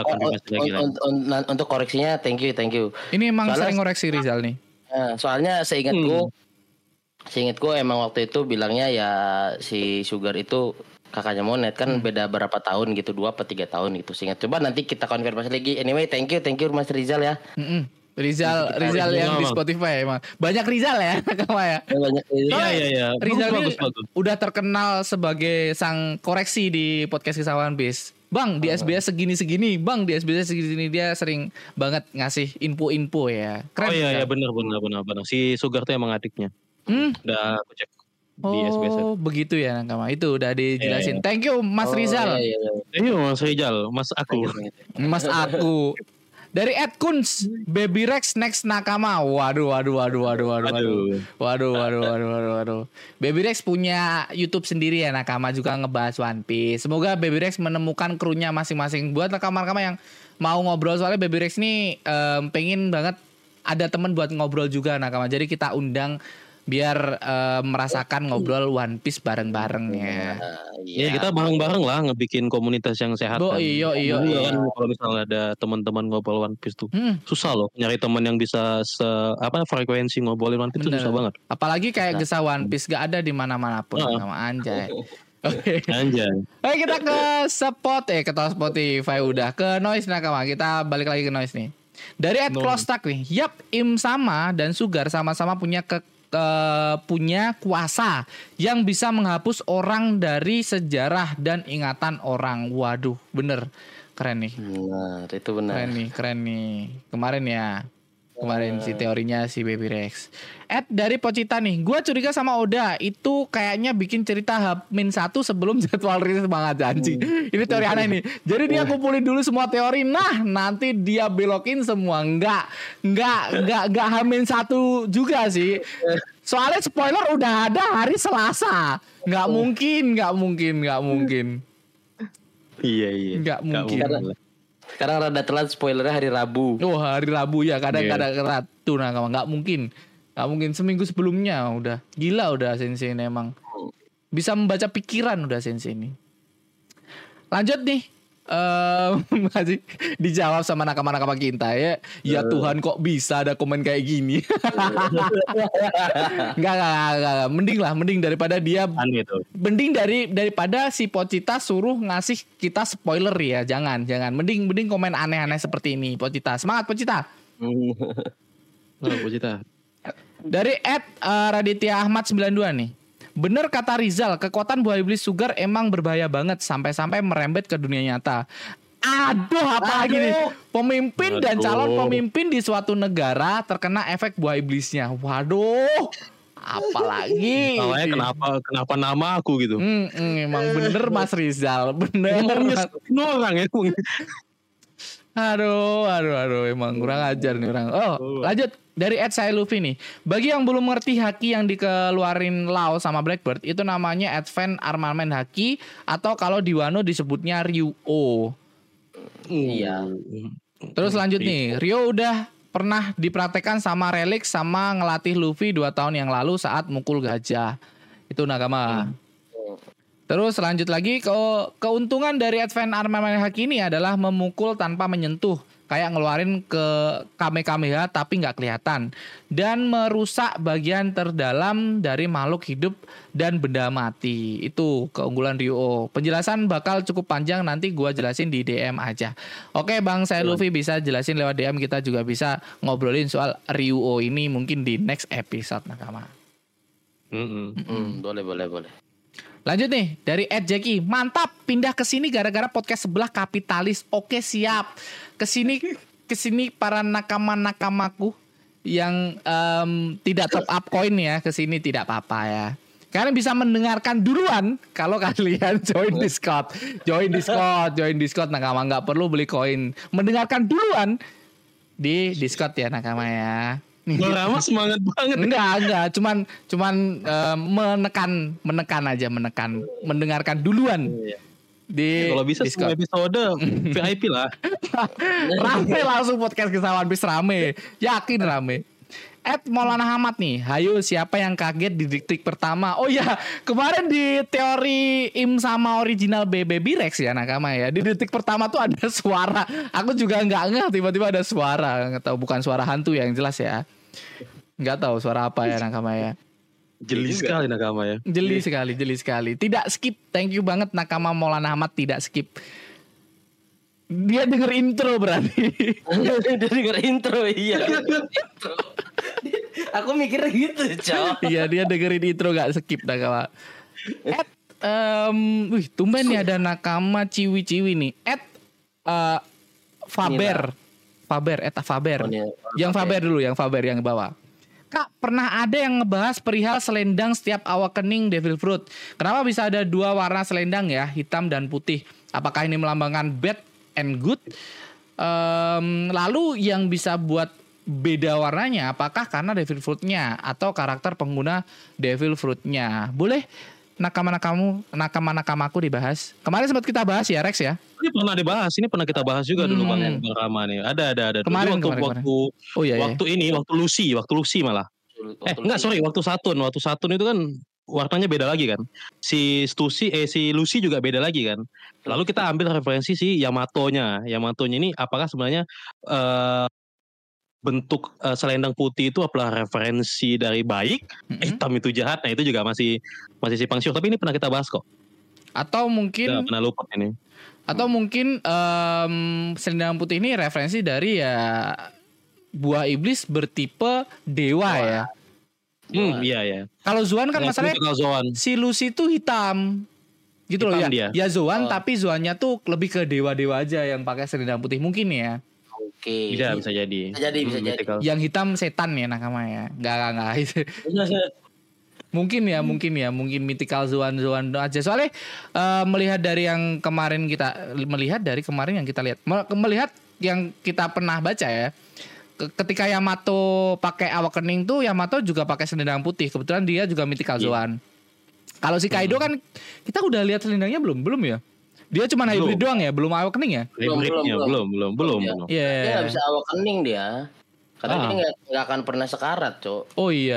Untuk koreksinya thank you. Ini emang soalnya, sering koreksi Rizal nih. Soalnya seingatku emang waktu itu bilangnya ya si Sugar itu kakaknya Monet kan beda berapa tahun gitu, 2 atau 3 tahun gitu. Seingat. Coba nanti kita konfirmasi lagi. Anyway, thank you Mas Rizal ya. Rizal yang di Spotify emang banyak Rizal ya Nakama ya. Banyak Rizal. Iya. Rizal bagus. Udah terkenal sebagai sang koreksi di podcast Kisah One Piece. Bang di SBS segini, Bang di SBS segini, dia sering banget ngasih info ya. Keren. Oh iya benar. Si Sugar tuh emang adiknya. Udah aku cek di SBS. Oh begitu ya Nakama. Itu udah dijelasin. Thank you Mas Rizal. Thank you Mas Rizal, Mas aku. Dari Ed Kunz, Baby Rex next Nakama. Waduh. Baby Rex punya YouTube sendiri ya Nakama, juga ngebahas One Piece. Semoga Baby Rex menemukan krunya masing-masing. Buat nakama-nakama yang mau ngobrol, soalnya Baby Rex ini pengen banget ada teman buat ngobrol juga Nakama. Jadi kita undang biar merasakan ngobrol One Piece bareng-bareng ya. Iya, kita bareng-bareng lah ngebikin komunitas yang sehat. Iya. Kan kalau misalnya ada teman-teman ngobrol One Piece tuh susah loh nyari teman yang bisa frekuensi ngobrolin One Piece tuh susah banget. Apalagi kayak Gesah One Piece gak ada di mana-mana pun sama anjay. Oke. Anjay. Oke, kita ke Spotify udah. Ke Noise Nakama. Kita balik lagi ke Noise nih. Dari Ed Klostak nih. Yap, Im Sama dan Sugar sama-sama punya kuasa yang bisa menghapus orang dari sejarah dan ingatan orang. Waduh, bener, keren nih. Benar, itu benar. Keren nih. Kemarin si teorinya si Baby Rex. Dari Pocita nih, gue curiga sama Oda itu kayaknya bikin cerita H-1 sebelum jadwal rilis banget anjing. Ini teori aneh nih. Jadi dia kumpulin dulu semua teori, nah nanti dia belokin semua. Enggak H-1 juga sih. Soalnya spoiler udah ada hari Selasa. Nggak mungkin. Iya. Nggak mungkin. Sekarang rada telat spoilernya hari Rabu. Oh, hari Rabu ya, kadang-kadang tuh nggak mungkin. Seminggu sebelumnya udah. Gila udah Sensei ini emang. Bisa membaca pikiran udah Sensei ini. Lanjut nih. masih dijawab sama nakama-nakama kita ya. Ya Tuhan kok bisa ada komen kayak gini. Enggak. Mending daripada dia gitu. Mending daripada si Pocita suruh ngasih kita spoiler ya. Jangan. Mending komen aneh-aneh seperti ini Pocita. Semangat Pocita. Pocita. Dari Raditya Ahmad 92 nih. Bener kata Rizal, kekuatan buah iblis sugar emang berbahaya banget sampai merembet ke dunia nyata. Aduh, apalagi nih? Pemimpin dan calon pemimpin di suatu negara terkena efek buah iblisnya. Waduh, apalagi? Awalnya kenapa nama aku gitu? Emang bener Mas Rizal, bener. Orang ya. Aduh, emang kurang ajar nih orang. Lanjut dari Ed saya Luffy nih. Bagi yang belum mengerti haki yang dikeluarin Lau sama Blackbird, itu namanya Advent Armament Haki atau kalau di Wano disebutnya Ryu-O. Iya. Terus lanjut nih, Ryo udah pernah dipraktekkan sama Relix sama ngelatih Luffy 2 tahun yang lalu saat mukul gajah. Itu nakama. Terus lanjut lagi, keuntungan dari Advent Armament Haki ini adalah memukul tanpa menyentuh. Kayak ngeluarin ke Kamehameha tapi nggak kelihatan. Dan merusak bagian terdalam dari makhluk hidup dan benda mati. Itu keunggulan Ryu-O. Penjelasan bakal cukup panjang, nanti gua jelasin di DM aja. Oke Bang, saya Luffy bisa jelasin lewat DM. Kita juga bisa ngobrolin soal Ryu-O ini mungkin di next episode nakama. Boleh. Lanjut nih dari Ed Jackie, mantap pindah ke sini gara-gara podcast sebelah kapitalis. Oke siap, kesini para nakamaku yang tidak top up koin ya, kesini tidak apa-apa ya. Kalian bisa mendengarkan duluan kalau kalian join Discord nakama, nggak perlu beli koin, mendengarkan duluan di Discord ya nakama ya. Lama semangat banget. Enggak, cuman menekan aja, mendengarkan duluan. Di kalau bisa semua episode VIP lah. Rame langsung podcast Kisah One Piece rame. Yakin rame. Maulana Hamad nih. Hayo siapa yang kaget di detik pertama? Oh ya, kemarin di teori Im sama original Baby Rex ya nakama ya. Di detik pertama tuh ada suara. Aku juga nggak ngeh tiba-tiba ada suara. Nggak tahu, bukan suara hantu ya, yang jelas ya. Nggak tahu suara apa ya nakama ya. Jeli sekali nakama ya. Jeli sekali. Tidak skip. Thank you banget nakama Maulana Ahmad, tidak skip. Dia denger intro berarti. Dia denger intro, iya. Aku mikir gitu, Cok. Iya, dia dengerin intro gak skip nakama. Tumben nih ada nakama ciwi-ciwi nih. Faber. Yang Faber dulu, yang Faber yang bawah. Kak, pernah ada yang ngebahas perihal selendang setiap awakening Devil Fruit. Kenapa bisa ada 2 warna selendang ya, hitam dan putih? Apakah ini melambangkan bad and good? Lalu yang bisa buat beda warnanya, apakah karena Devil Fruit-nya atau karakter pengguna Devil Fruit-nya? Boleh nakama-nakamaku dibahas. Kemarin sempat kita bahas ya Rex ya. Ini pernah kita bahas juga dulu Bang Rama nih. Ada. Kemarin. Waktu Lucy malah. Waktu Saturn itu kan warnanya beda lagi kan. Si Lucy juga beda lagi kan. Lalu kita ambil referensi si Yamato-nya. Yamato-nya ini apakah sebenarnya bentuk selendang putih itu adalah referensi dari baik, hitam itu jahat. Nah itu juga masih simpang siur, tapi ini pernah kita bahas kok. Atau mungkin pernah lupa ini. Atau mungkin selendang putih ini referensi dari ya buah iblis bertipe dewa ya. Iya. Kalau Zoan kan masalahnya si Lucy itu hitam. Gitu hitam loh ya. Dia. Ya Zoan tapi Zoannya tuh lebih ke dewa-dewa aja yang pakai selendang putih mungkin ya. Oke. Bisa jadi. Bisa jadi. Yang hitam setan ya nakama ya. Enggak. Mungkin mythical Zoan aja. Soalnya melihat dari kemarin yang kita lihat, melihat yang kita pernah baca ya. Ketika Yamato pakai awakening tuh Yamato juga pakai selendang putih. Kebetulan dia juga mythical Zoan. Kalau si Kaido kan kita udah lihat selendangnya belum ya? Dia cuma hybrid doang ya, belum awakening ya? Belum. Dia nggak bisa awakening dia, karena dia nggak akan pernah sekarat, Cok. Oh iya.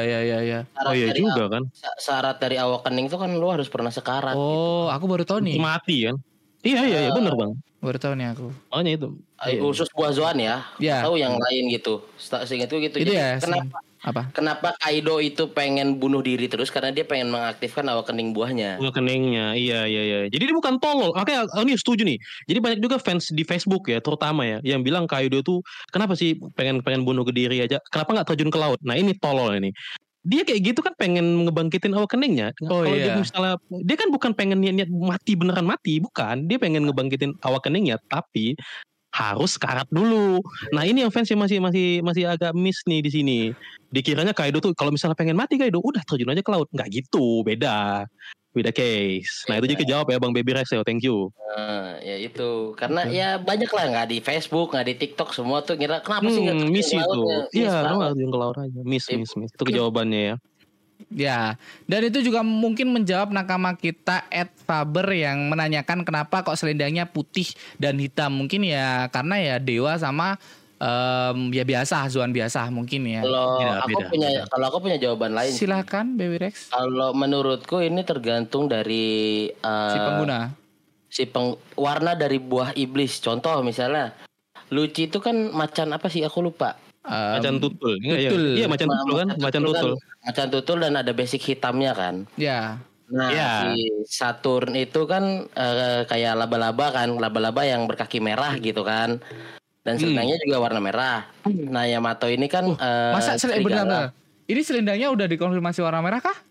Juga kan. Syarat dari awakening itu kan lu harus pernah sekarat. Oh, gitu. Aku baru tahu nih. Mati kan? Iya benar bang. Baru tahu nih aku. Makanya itu. Usus buah Zoan ya. Iya. Tahu yang lain gitu. Seingat gitu. Itu Jadi ya. Kenapa Kaido itu pengen bunuh diri terus? Karena dia pengen mengaktifkan awakening buahnya. Awakeningnya, iya. Jadi dia bukan tolol. Makanya ini setuju nih. Jadi banyak juga fans di Facebook ya, terutama ya, yang bilang Kaido tuh kenapa sih pengen bunuh ke diri aja? Kenapa nggak terjun ke laut? Nah ini tolol ini. Dia kayak gitu kan pengen ngebangkitin awakeningnya. Kalau dia misalnya, dia kan bukan pengen niat mati beneran mati, bukan. Dia pengen ngebangkitin awakeningnya, tapi harus karat dulu. Nah ini yang fans yang masih agak miss nih di sini. Dikiranya Kaido tuh kalau misalnya pengen mati Kaido udah terjun aja ke laut. Nggak gitu, beda case. Nah itu juga kejawab ya Bang Baby Rex ya, thank you. Ya itu karena ya banyak lah, nggak di Facebook, nggak di TikTok, semua tuh kira kenapa sih nggak miss itu. Iya, kenapa terjun ke laut aja. Miss. Itu kejawabannya ya. Ya, dan itu juga mungkin menjawab nakama kita @faber yang menanyakan kenapa kok selendangnya putih dan hitam. Mungkin ya karena ya dewa sama ya biasa, Zoan biasa mungkin ya. Kalau aku punya jawaban lain. Silakan Baby Rex. Kalau menurutku ini tergantung dari si pengguna. Warna dari buah iblis. Contoh misalnya Luci itu kan macan apa sih, aku lupa. Macan tutul. Iya macan tutul kan. Macan tutul. Macan tutul dan ada basic hitamnya kan. Ya. Nah si Saturn itu kan kayak laba-laba yang berkaki merah gitu kan. Dan selendangnya juga warna merah. Nah Yamato ini kan masa benar. Ini selendangnya udah dikonfirmasi warna merah kah?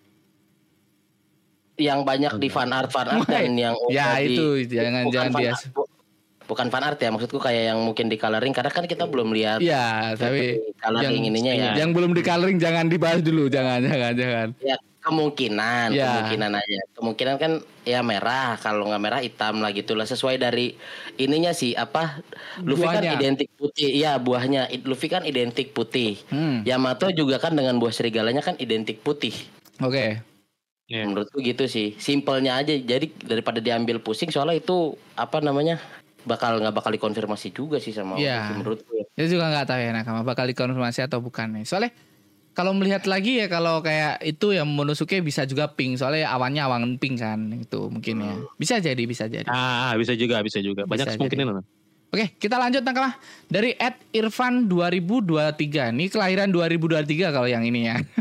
Yang banyak di fan art dan yang itu jangan bias. Bukan fan art ya, maksudku kayak yang mungkin di coloring, karena kan kita belum lihat. Iya, tapi coloring ininya ya. Yang belum di coloring jangan dibahas dulu, jangan. Ya kemungkinan aja. Kemungkinan kan ya merah, kalau nggak merah hitam lah gitulah, sesuai dari ininya sih apa. Luffy buahnya kan identik putih, iya buahnya. Luffy kan identik putih. Yamato juga kan dengan buah serigalanya kan identik putih. Oke. Menurutku gitu sih, simpelnya aja. Jadi daripada diambil pusing, soalnya itu apa namanya? Nggak bakal dikonfirmasi juga sih sama menurutku. Itu juga nggak tahu ya nakama bakal dikonfirmasi atau bukan nih. Soalnya kalau melihat lagi ya, kalau kayak itu yang Monosuke bisa juga pink, soalnya awannya awan pink kan, itu mungkin ya. Bisa jadi. Bisa juga. Banyak kemungkinan. Oke, kita lanjut nakama dari @irfan2023. Ini kelahiran 2023 kalau yang ini ya.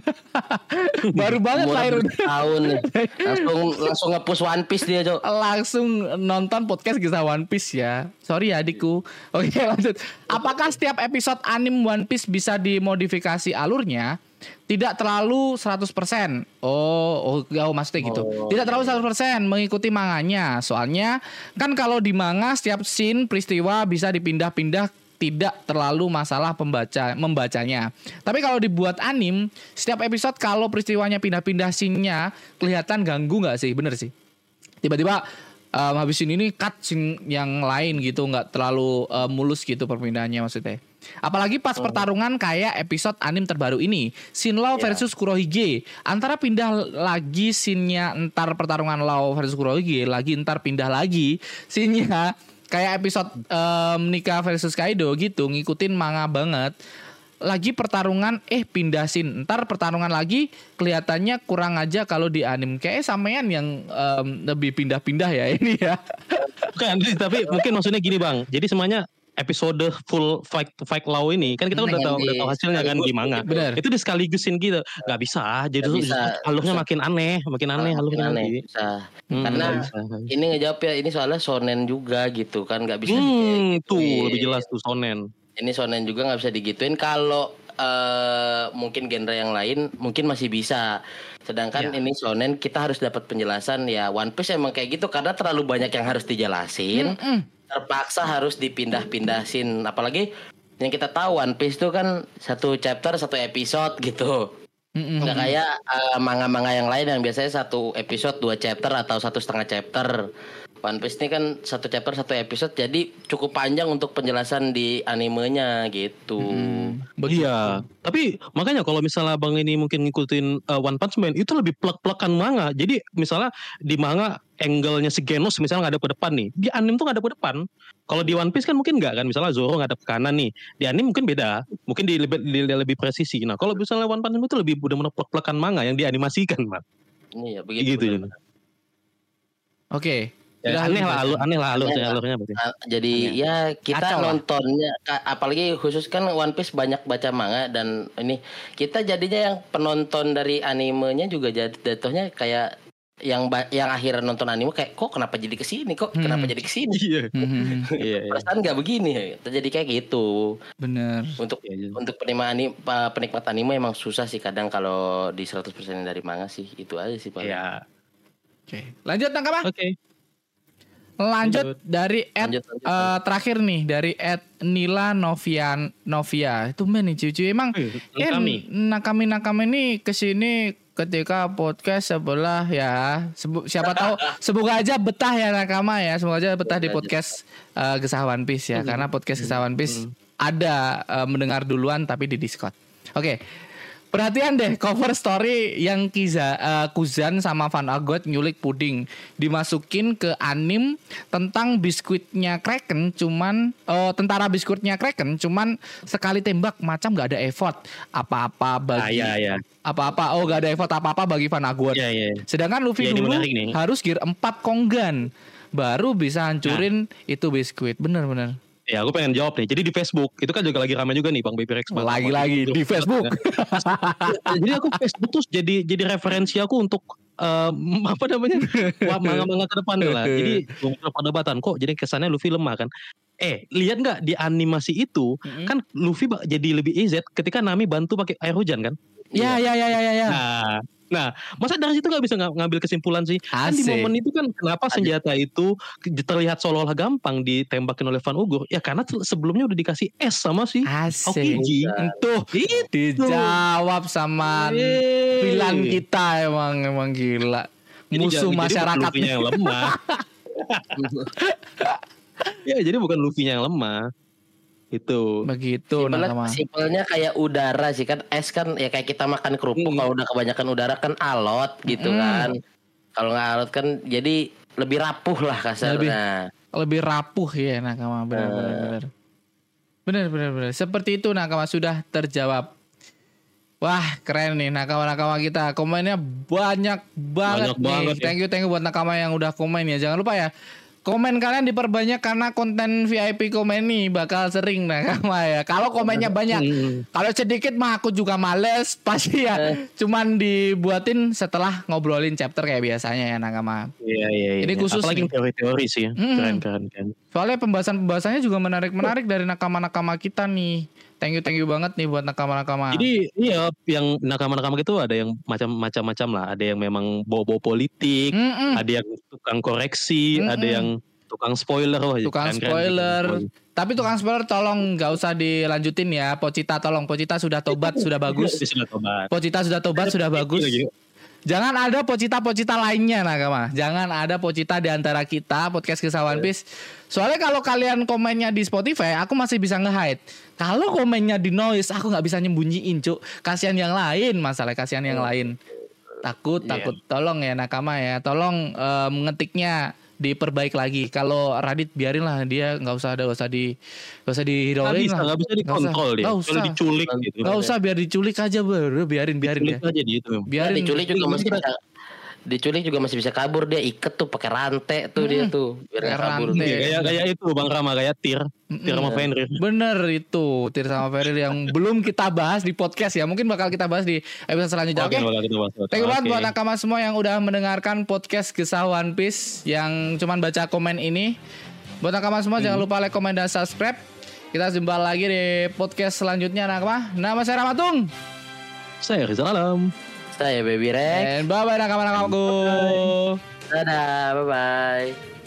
Baru banget lahir tahun nih. Langsung nge-push One Piece dia, Cok. Langsung nonton podcast kisah One Piece ya. Sorry ya adikku. Oke, lanjut. Apakah setiap episode anime One Piece bisa dimodifikasi alurnya? Tidak terlalu 100%. Maksudnya gitu. Tidak terlalu 100% mengikuti manganya. Soalnya kan kalau di manga setiap scene peristiwa bisa dipindah-pindah, tidak terlalu masalah membacanya. Tapi kalau dibuat anime, setiap episode kalau peristiwanya pindah-pindah scene-nya kelihatan ganggu nggak sih? Bener sih. Tiba-tiba habis ini cut scene yang lain gitu, nggak terlalu mulus gitu perpindahannya maksudnya. Apalagi pas pertarungan kayak episode anime terbaru ini, Shinlaw versus Kurohige. Antara pindah lagi scene-nya, entar pertarungan Law versus Kurohige lagi, entar pindah lagi scene-nya kayak episode Nika versus Kaido gitu, ngikutin manga banget. Lagi pertarungan pindah scene, entar pertarungan lagi kelihatannya kurang aja kalau di anime. Kayak sampean yang lebih pindah-pindah ya ini ya. Bukan, tapi mungkin maksudnya gini Bang. Jadi semuanya episode full fight law ini kan kita udah tahu hasilnya kan di manga. Bener. Itu disekaligusin gitu. Nggak bisa. Jadi alurnya makin aneh alurnya nanti. Karena ini ngejawab ya, ini soalnya shonen juga gitu kan, nggak bisa. Tuh lebih jelas tuh shonen. Ini shonen juga nggak bisa digituin. Kalau mungkin genre yang lain mungkin masih bisa. Sedangkan ini shonen kita harus dapat penjelasan ya. One Piece emang kayak gitu karena terlalu banyak yang harus dijelasin. Terpaksa harus dipindah-pindah scene. Apalagi yang kita tahu One Piece itu kan satu chapter satu episode gitu. Nggak kayak manga-manga yang lain yang biasanya satu episode 2 chapter atau 1,5 chapter. One Piece ini kan satu chapter satu episode, jadi cukup panjang untuk penjelasan di animenya gitu. Iya, tapi makanya kalau misalnya Bang ini mungkin ngikutin One Punch Man itu lebih plek-plekan manga. Jadi misalnya di manga angle-nya si Genos misalnya ngadep ke depan nih, di anime tuh ngadep ke depan. Kalau di One Piece kan mungkin enggak kan, misalnya Zoro ngadep ke kanan nih, di anime mungkin beda, mungkin lebih presisi. Nah kalau misalnya One Punch Man itu lebih benar-benar plek-plekan manga yang dianimasikan, Mas. Iya begitu. Oke. Ya, aneh lah alurnya berarti. Jadi ya kita kacau nontonnya apalagi khusus kan One Piece banyak baca manga dan ini kita jadinya yang penonton dari animenya juga jatuhnya kayak yang akhirnya nonton anime kayak kok kenapa jadi kesini kenapa jadi kesini. Iya. Perasaan nggak begini terjadi kayak gitu. Bener. Untuk penikmat anime emang susah sih kadang kalau di 100% dari manga sih itu aja sih paling. Iya. Oke. Lanjut Nakama. Oke. Lanjut dari terakhir nih dari Nila Novia itu nih cuy emang Nakami ini kesini ketika podcast sebelah ya siapa tahu semoga aja betah ya Nakama ya semoga aja betah di podcast Gesah One Piece ya karena podcast Gesah One Piece ada mendengar duluan tapi di Discord. Oke. Perhatian deh cover story yang Kuzan sama Van Agot nyulik puding dimasukin ke anim tentang biskuitnya Kraken tentara biskuitnya Kraken cuman sekali tembak macam gak ada effort apa-apa bagi gak ada effort apa-apa bagi Van Agot. Sedangkan Luffy dulu harus gear 4 Konggan baru bisa hancurin itu biskuit. Bener. Ya aku pengen jawab nih. Jadi di Facebook itu kan juga lagi ramai juga nih Bang Baby Rex. Lagi di Facebook. Jadi aku Facebook tuh jadi referensi aku untuk manga-manga ke depan lah. Jadi perdebatan kok jadi kesannya Luffy lemah kan. Lihat nggak di animasi itu kan Luffy jadi lebih easy ketika Nami bantu pakai air hujan kan? Ya. Nah, masa dari situ nggak bisa ngambil kesimpulan sih? Kan di momen itu kan kenapa senjata itu terlihat seolah-olah gampang ditembakin oleh Van Ugur? Ya karena sebelumnya udah dikasih es sama si Aokiji. Tuh dijawab sama villain kita emang gila. Musuh masyarakat yang lemah. Ya jadi bukan Luffy-nya yang lemah. Itu begitu simpelnya kayak udara sih kan es kan ya kayak kita makan kerupuk kalau udah kebanyakan udara kan alot gitu kan kalau nggak alot kan jadi lebih rapuh lah kasarnya lebih rapuh ya Nakama benar seperti itu Nakama sudah terjawab. Wah keren nih Nakama kita komennya banyak banget nih. Thank you buat Nakama yang udah komen ya jangan lupa ya komen kalian diperbanyak karena konten VIP komen nih bakal sering Nakama ya. Kalau komennya banyak, kalau sedikit mah aku juga males pasti ya. Cuman dibuatin setelah ngobrolin chapter kayak biasanya ya Nakama. Iya. Ini khusus apalagi teori-teori sih. Keren. Soalnya pembahasannya juga menarik dari nakama-nakama kita nih. Thank you banget nih buat nakama-nakama. Jadi iya yang nakama-nakama gitu ada yang macam-macam lah. Ada yang memang bawa politik, ada yang tukang koreksi, ada yang tukang spoiler. Keren. Tapi tukang spoiler tolong gak usah dilanjutin ya. Pocita sudah tobat sudah bagus. Pocita sudah tobat sudah bagus. Jangan ada pocita-pocita lainnya Nakama. Jangan ada pocita di antara kita podcast Gesah One Piece. Soalnya kalau kalian komennya di Spotify, aku masih bisa nge-hide. Kalau komennya di Noise, aku nggak bisa nyembunyiin, cuk. Kasihan yang lain, kasihan yang lain. Takut. Tolong ya Nakama ya. Tolong mengetiknya diperbaik lagi. Kalau Radit biarin lah dia nggak usah dihirauin lah. Nggak bisa dikontrol dia. Kalau diculik gitu. Nggak usah biar diculik aja biarin ya. Aja gitu. Biarin diculik juga masih bisa kabur dia iket tuh pakai rantai tuh dia tuh biar kabur. Kayak itu Bang Rama kayak Tir sama Fenrir. Bener itu Tir sama Fenrir yang belum kita bahas di podcast ya. Mungkin bakal kita bahas di episode selanjutnya. Oke. Thank you banget buat nakama semua yang udah mendengarkan podcast Gesah One Piece yang cuman baca komen ini. Buat nakama semua jangan lupa like, komen, dan subscribe. Kita jumpa lagi di podcast selanjutnya nakama. Nama saya Ramatung. Saya Rizal Alam. Saya Baby Rex. And bye-bye nakama-nakamaku. Dadah, bye-bye.